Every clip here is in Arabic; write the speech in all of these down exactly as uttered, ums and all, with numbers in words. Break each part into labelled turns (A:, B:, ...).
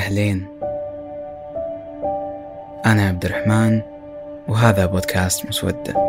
A: أهلين، أنا عبد الرحمن وهذا بودكاست مسودة.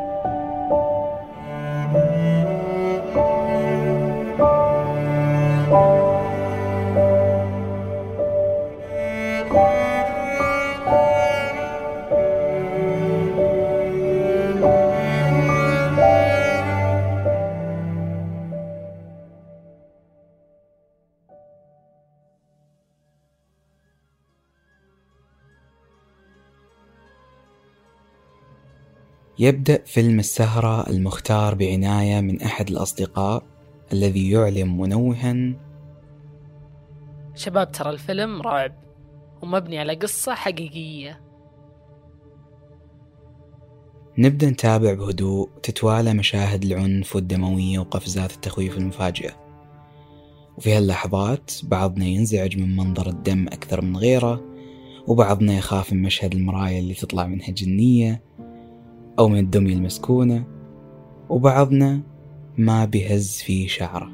A: يبدأ فيلم السهرة المختار بعناية من أحد الأصدقاء الذي يعلم منوها:
B: شباب، ترى الفيلم رعب ومبني على قصة حقيقية.
A: نبدأ نتابع بهدوء، تتوالى مشاهد العنف والدموية وقفزات التخويف المفاجئة، وفي هاللحظات بعضنا ينزعج من منظر الدم أكثر من غيره، وبعضنا يخاف من مشهد المراية اللي تطلع منها جنية أو من الدمية المسكونة، وبعضنا ما بيهز فيه شعره.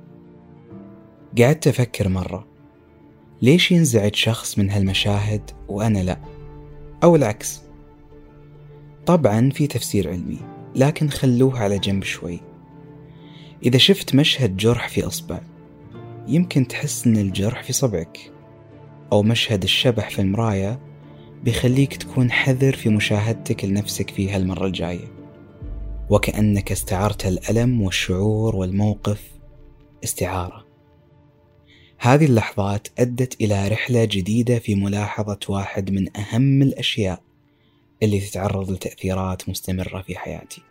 A: قعدت أفكر مرة، ليش ينزعج شخص من هالمشاهد وأنا لا؟ أو العكس؟ طبعا في تفسير علمي، لكن خلوه على جنب شوي. إذا شفت مشهد جرح في أصبع، يمكن تحس أن الجرح في صبعك، أو مشهد الشبح في المراية بيخليك تكون حذر في مشاهدتك لنفسك في هالمرة الجاية، وكأنك استعرت الألم والشعور والموقف استعارة. هذه اللحظات أدت إلى رحلة جديدة في ملاحظة واحد من أهم الأشياء اللي تتعرض لتأثيرات مستمرة في حياتي.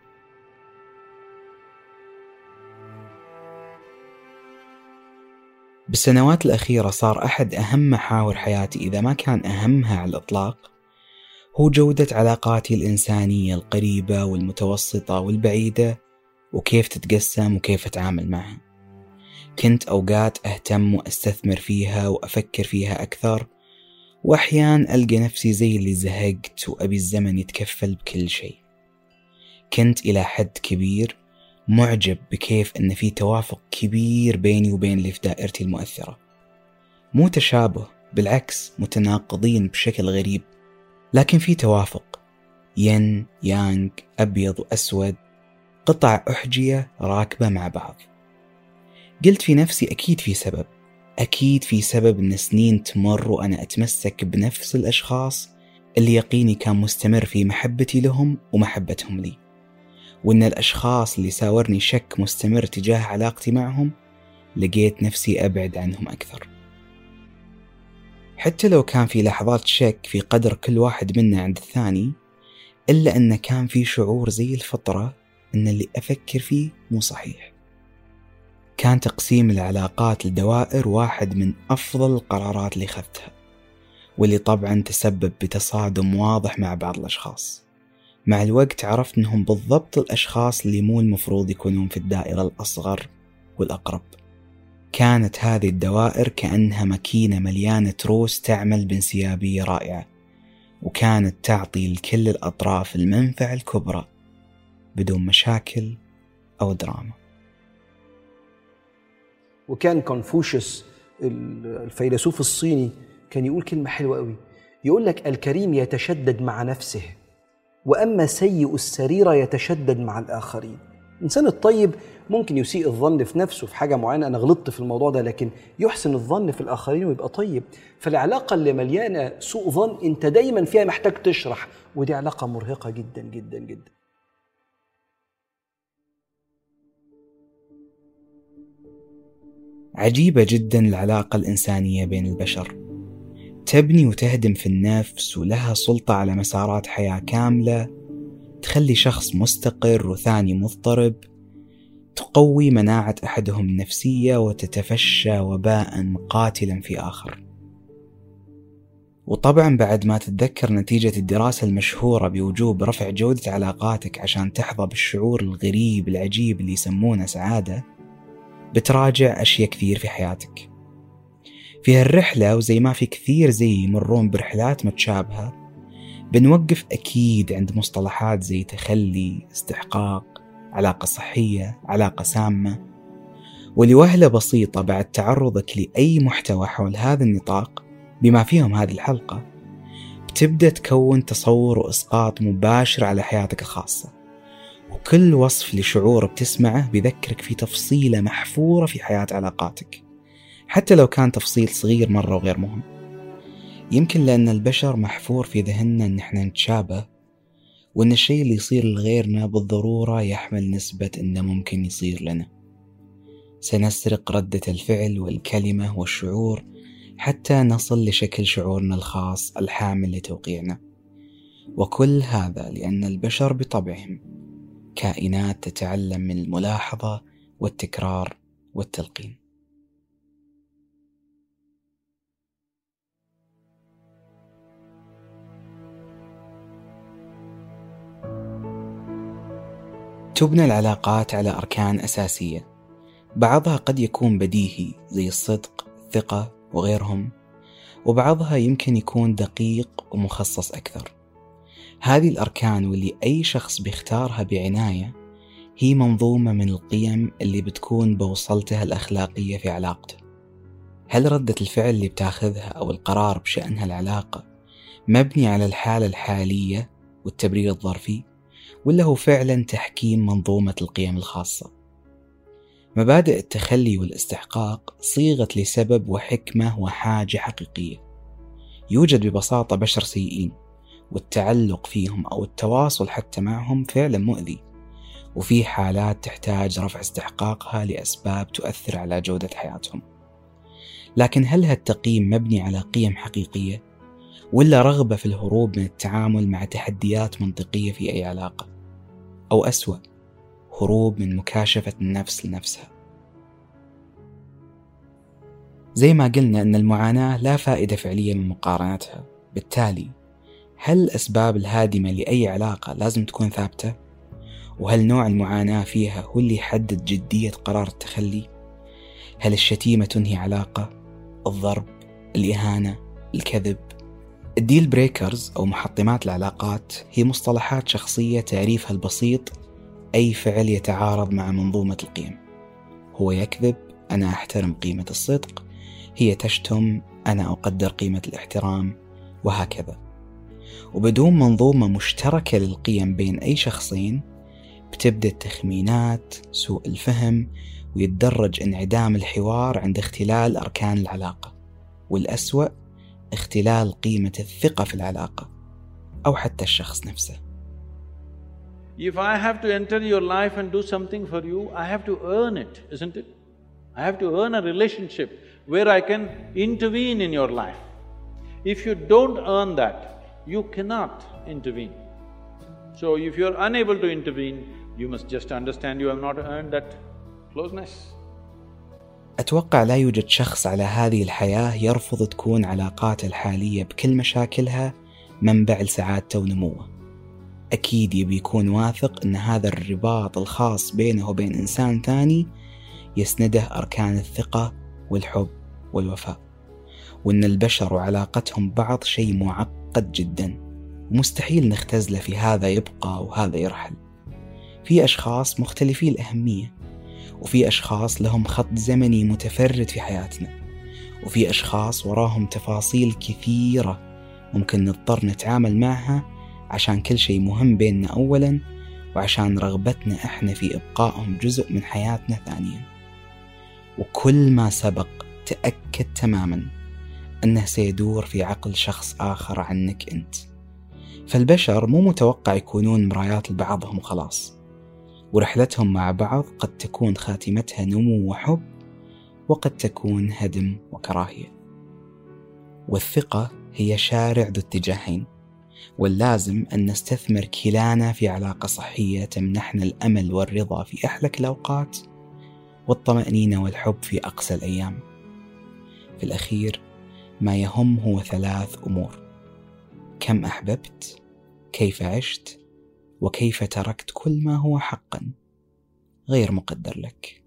A: بالسنوات الأخيرة صار أحد أهم محاور حياتي، إذا ما كان أهمها على الإطلاق، هو جودة علاقاتي الإنسانية القريبة والمتوسطة والبعيدة، وكيف تتقسم وكيف أتعامل معها. كنت أوقات أهتم وأستثمر فيها وأفكر فيها أكثر، وأحيان ألقى نفسي زي اللي زهقت وأبي الزمن يتكفل بكل شيء. كنت إلى حد كبير معجب بكيف أن في توافق كبير بيني وبين اللي في دائرتي المؤثرة، مو تشابه، بالعكس متناقضين بشكل غريب، لكن في توافق، ين يانغ، أبيض وأسود، قطع أحجية راكبة مع بعض. قلت في نفسي أكيد في سبب، أكيد في سبب أن سنين تمر وأنا أتمسك بنفس الأشخاص اللي يقيني كان مستمر في محبتي لهم ومحبتهم لي، وأن الأشخاص اللي ساورني شك مستمر تجاه علاقتي معهم لقيت نفسي أبعد عنهم أكثر. حتى لو كان في لحظات شك في قدر كل واحد منا عند الثاني، إلا أنه كان في شعور زي الفطرة أن اللي أفكر فيه مو صحيح. كان تقسيم العلاقات لدوائر واحد من أفضل القرارات اللي خذتها، واللي طبعا تسبب بتصادم واضح مع بعض الأشخاص. مع الوقت عرفت أنهم بالضبط الأشخاص اللي مو المفروض يكونون في الدائرة الأصغر والأقرب. كانت هذه الدوائر كأنها ماكينة مليانة تروس تعمل بانسيابية رائعة، وكانت تعطي لكل الأطراف المنفعة الكبرى بدون مشاكل أو دراما.
C: وكان كونفوشيوس الفيلسوف الصيني كان يقول كلمة حلوة قوي، يقول لك: الكريم يتشدد مع نفسه، وأما سيء السريرة يتشدد مع الآخرين. الإنسان الطيب ممكن يسيء الظن في نفسه في حاجة معينة، أنا غلطت في الموضوع ده، لكن يحسن الظن في الآخرين ويبقى طيب. فالعلاقة اللي مليانة سوء ظن أنت دايما فيها محتاج تشرح، ودي علاقة مرهقة جدا جدا جدا.
A: عجيبة جدا العلاقة الإنسانية بين البشر، تبني وتهدم في النفس، ولها سلطة على مسارات حياة كاملة، تخلي شخص مستقر وثاني مضطرب، تقوي مناعة أحدهم النفسية وتتفشى وباء قاتلا في آخر. وطبعا بعد ما تتذكر نتيجة الدراسة المشهورة بوجوب رفع جودة علاقاتك عشان تحظى بالشعور الغريب العجيب اللي يسمونه سعادة، بتراجع أشياء كثير في حياتك. في هالرحلة، وزي ما في كثير زي يمرون برحلات متشابهة، بنوقف أكيد عند مصطلحات زي تخلي، استحقاق، علاقة صحية، علاقة سامة. ولوهلة بسيطة بعد تعرضك لأي محتوى حول هذا النطاق، بما فيهم هذه الحلقة، بتبدأ تكون تصور وإسقاط مباشر على حياتك الخاصة، وكل وصف لشعور بتسمعه بيذكرك في تفصيلة محفورة في حياة علاقاتك، حتى لو كان تفصيل صغير مرة وغير مهم. يمكن لأن البشر محفور في ذهننا أن احنا نتشابه، وأن الشيء اللي يصير لغيرنا بالضرورة يحمل نسبة أنه ممكن يصير لنا. سنسرق ردة الفعل والكلمة والشعور حتى نصل لشكل شعورنا الخاص الحامل لتوقيعنا، وكل هذا لأن البشر بطبعهم كائنات تتعلم من الملاحظة والتكرار والتلقين. تبنى العلاقات على أركان أساسية، بعضها قد يكون بديهي زي الصدق، الثقة وغيرهم، وبعضها يمكن يكون دقيق ومخصص أكثر. هذه الأركان واللي أي شخص بيختارها بعناية هي منظومة من القيم اللي بتكون بوصلتها الأخلاقية في علاقته. هل ردة الفعل اللي بتاخذها أو القرار بشأنها العلاقة مبني على الحالة الحالية والتبرير الظرفي، ولا هو فعلا تحكيم منظومة القيم الخاصة؟ مبادئ التخلي والاستحقاق صيغت لسبب وحكمة وحاجة حقيقية. يوجد ببساطة بشر سيئين، والتعلق فيهم أو التواصل حتى معهم فعلا مؤذي، وفي حالات تحتاج رفع استحقاقها لأسباب تؤثر على جودة حياتهم. لكن هل هالتقييم مبني على قيم حقيقية، ولا رغبة في الهروب من التعامل مع تحديات منطقية في أي علاقة، أو أسوأ، هروب من مكاشفة النفس لنفسها؟ زي ما قلنا أن المعاناة لا فائدة فعلية من مقارنتها، بالتالي هل الأسباب الهادمة لأي علاقة لازم تكون ثابتة؟ وهل نوع المعاناة فيها هو اللي يحدد جدية قرار التخلي؟ هل الشتيمة تنهي علاقة؟ الضرب؟ الإهانة؟ الكذب؟ الديل بريكرز أو محطمات العلاقات هي مصطلحات شخصية تعريفها البسيط أي فعل يتعارض مع منظومة القيم. هو يكذب، أنا أحترم قيمة الصدق، هي تشتم، أنا أقدر قيمة الاحترام، وهكذا. وبدون منظومة مشتركة للقيم بين أي شخصين بتبدأ التخمينات، سوء الفهم، ويتدرج انعدام الحوار عند اختلال أركان العلاقة، والأسوأ اختلال قيمة الثقة في العلاقة أو حتى الشخص نفسه.
D: If I have to enter your life and do something for you, I have to earn it, isn't it? I have to earn a relationship where I can intervene in your life. If you don't earn that, you cannot intervene. So if you're unable to intervene, you must just understand you have not earned that closeness.
A: أتوقع لا يوجد شخص على هذه الحياة يرفض تكون علاقاته الحالية بكل مشاكلها منبع لسعادته ونموه. أكيد يبي يكون واثق أن هذا الرباط الخاص بينه وبين إنسان ثاني يسنده أركان الثقة والحب والوفاء، وأن البشر وعلاقتهم بعض شيء معقد جدا ومستحيل نختزله في هذا يبقى وهذا يرحل. في أشخاص مختلفي الأهمية، وفي أشخاص لهم خط زمني متفرد في حياتنا، وفي أشخاص وراهم تفاصيل كثيرة ممكن نضطر نتعامل معها عشان كل شيء مهم بيننا أولاً، وعشان رغبتنا إحنا في إبقائهم جزء من حياتنا ثانياً. وكل ما سبق تأكد تماماً أنه سيدور في عقل شخص آخر عنك أنت. فالبشر مو متوقع يكونون مرايات لبعضهم وخلاص، ورحلتهم مع بعض قد تكون خاتمتها نمو وحب، وقد تكون هدم وكراهية. والثقة هي شارع ذو اتجاهين، واللازم أن نستثمر كلانا في علاقة صحية تمنحنا الأمل والرضا في أحلك الأوقات، والطمأنينة والحب في أقسى الأيام. في الأخير ما يهم هو ثلاث أمور: كم أحببت، كيف عشت، وكيف تركت كل ما هو حقا غير مقدر لك.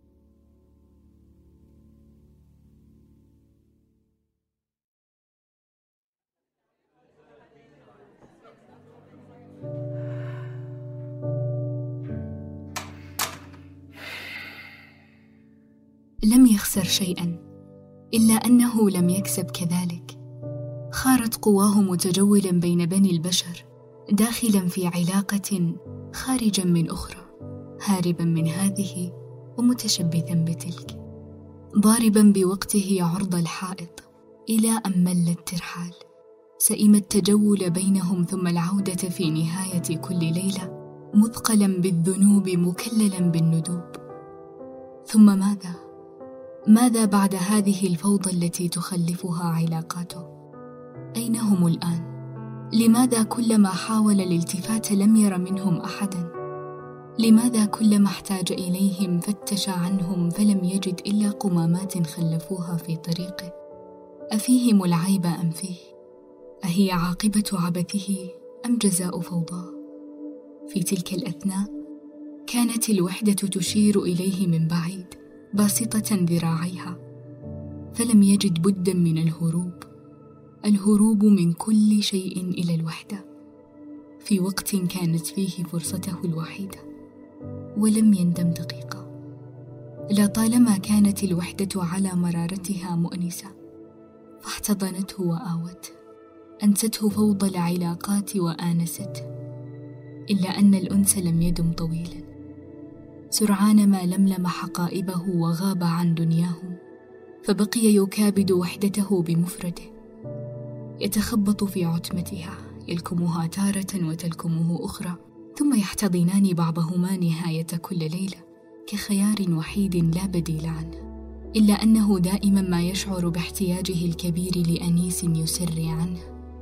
E: لم يخسر شيئا إلا أنه لم يكسب كذلك. خارت قواه متجولا بين بني البشر، داخلا في علاقة خارجا من أخرى، هاربا من هذه ومتشبثا بتلك، ضاربا بوقته عرض الحائط إلى أن مل الترحال، سئم التجول بينهم ثم العودة في نهاية كل ليلة، مثقلا بالذنوب مكللا بالندوب. ثم ماذا؟ ماذا بعد هذه الفوضى التي تخلفها علاقاته؟ أين هم الآن؟ لماذا كلما حاول الالتفات لم ير منهم أحدا؟ لماذا كلما احتاج إليهم فتش عنهم فلم يجد إلا قمامات خلفوها في طريقه؟ أفيهم العيب أم فيه؟ أهي عاقبة عبثه أم جزاء فوضاه؟ في تلك الأثناء كانت الوحدة تشير إليه من بعيد باسطة ذراعيها، فلم يجد بدا من الهروب، الهروب من كل شيء إلى الوحدة في وقت كانت فيه فرصته الوحيدة، ولم يندم دقيقة. لطالما كانت الوحدة على مرارتها مؤنسة، فاحتضنته وآوته، أنسته فوضى العلاقات وآنسته، إلا أن الأنس لم يدم طويلا، سرعان ما لملم حقائبه وغاب عن دنياه، فبقي يكابد وحدته بمفرده، يتخبط في عتمتها، يلكمها تارة وتلكمه أخرى، ثم يحتضنان بعضهما نهاية كل ليلة كخيار وحيد لا بديل عنه، إلا أنه دائما ما يشعر باحتياجه الكبير لأنيس يسري عنه،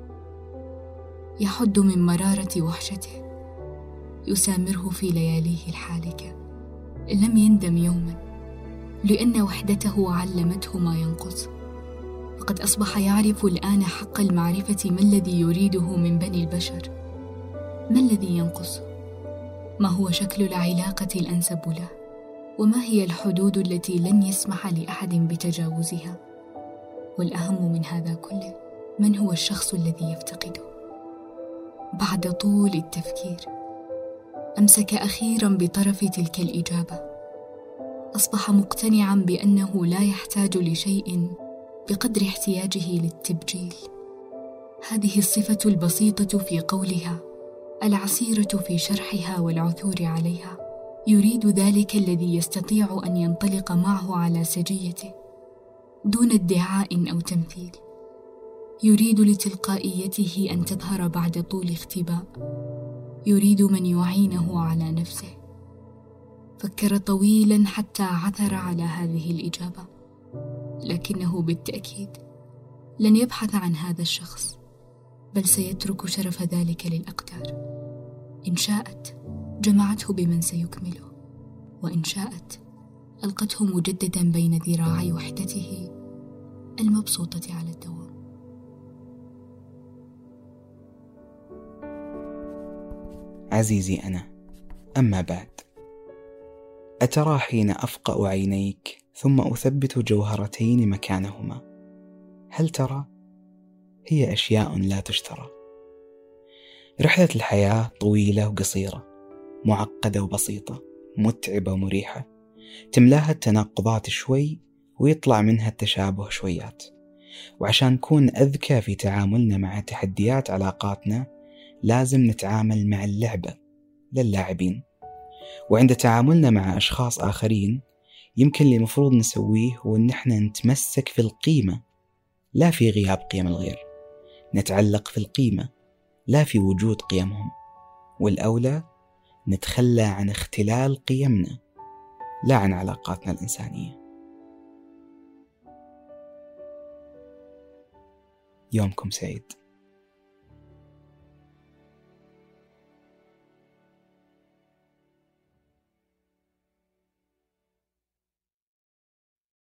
E: يحد من مرارة وحشته، يسامره في لياليه الحالكة. لم يندم يوما، لأن وحدته علمته ما ينقص، فقد أصبح يعرف الآن حق المعرفة ما الذي يريده من بني البشر، ما الذي ينقص، ما هو شكل العلاقة الأنسب له، وما هي الحدود التي لن يسمح لأحد بتجاوزها. والأهم من هذا كله، من هو الشخص الذي يفتقده؟ بعد طول التفكير أمسك أخيرا بطرف تلك الإجابة، أصبح مقتنعا بأنه لا يحتاج لشيء بقدر احتياجه للتبجيل. هذه الصفة البسيطة في قولها، العسيرة في شرحها والعثور عليها، يريد ذلك الذي يستطيع أن ينطلق معه على سجيته دون ادعاء أو تمثيل، يريد لتلقائيته أن تظهر بعد طول اختباء، يريد من يعينه على نفسه. فكر طويلا حتى عثر على هذه الإجابة، لكنه بالتأكيد لن يبحث عن هذا الشخص، بل سيترك شرف ذلك للأقدار. إن شاءت جمعته بمن سيكمله، وإن شاءت ألقته مجددا بين ذراعي وحدته المبسوطة على الدوام.
A: عزيزي أنا، أما بعد، أترى حين أفقأ عينيك ثم أثبت جوهرتين مكانهما، هل ترى؟ هي أشياء لا تشترى. رحلة الحياة طويلة وقصيرة، معقدة وبسيطة، متعبة ومريحة، تملاها التناقضات شوي ويطلع منها التشابه شويات. وعشان نكون أذكى في تعاملنا مع تحديات علاقاتنا، لازم نتعامل مع اللعبة للاعبين. وعند تعاملنا مع أشخاص آخرين، يمكن اللي مفروض نسويه هو أن احنا نتمسك في القيمة لا في غياب قيم الغير، نتعلق في القيمة لا في وجود قيمهم، والأولى نتخلى عن اختلال قيمنا لا عن علاقاتنا الإنسانية. يومكم سعيد.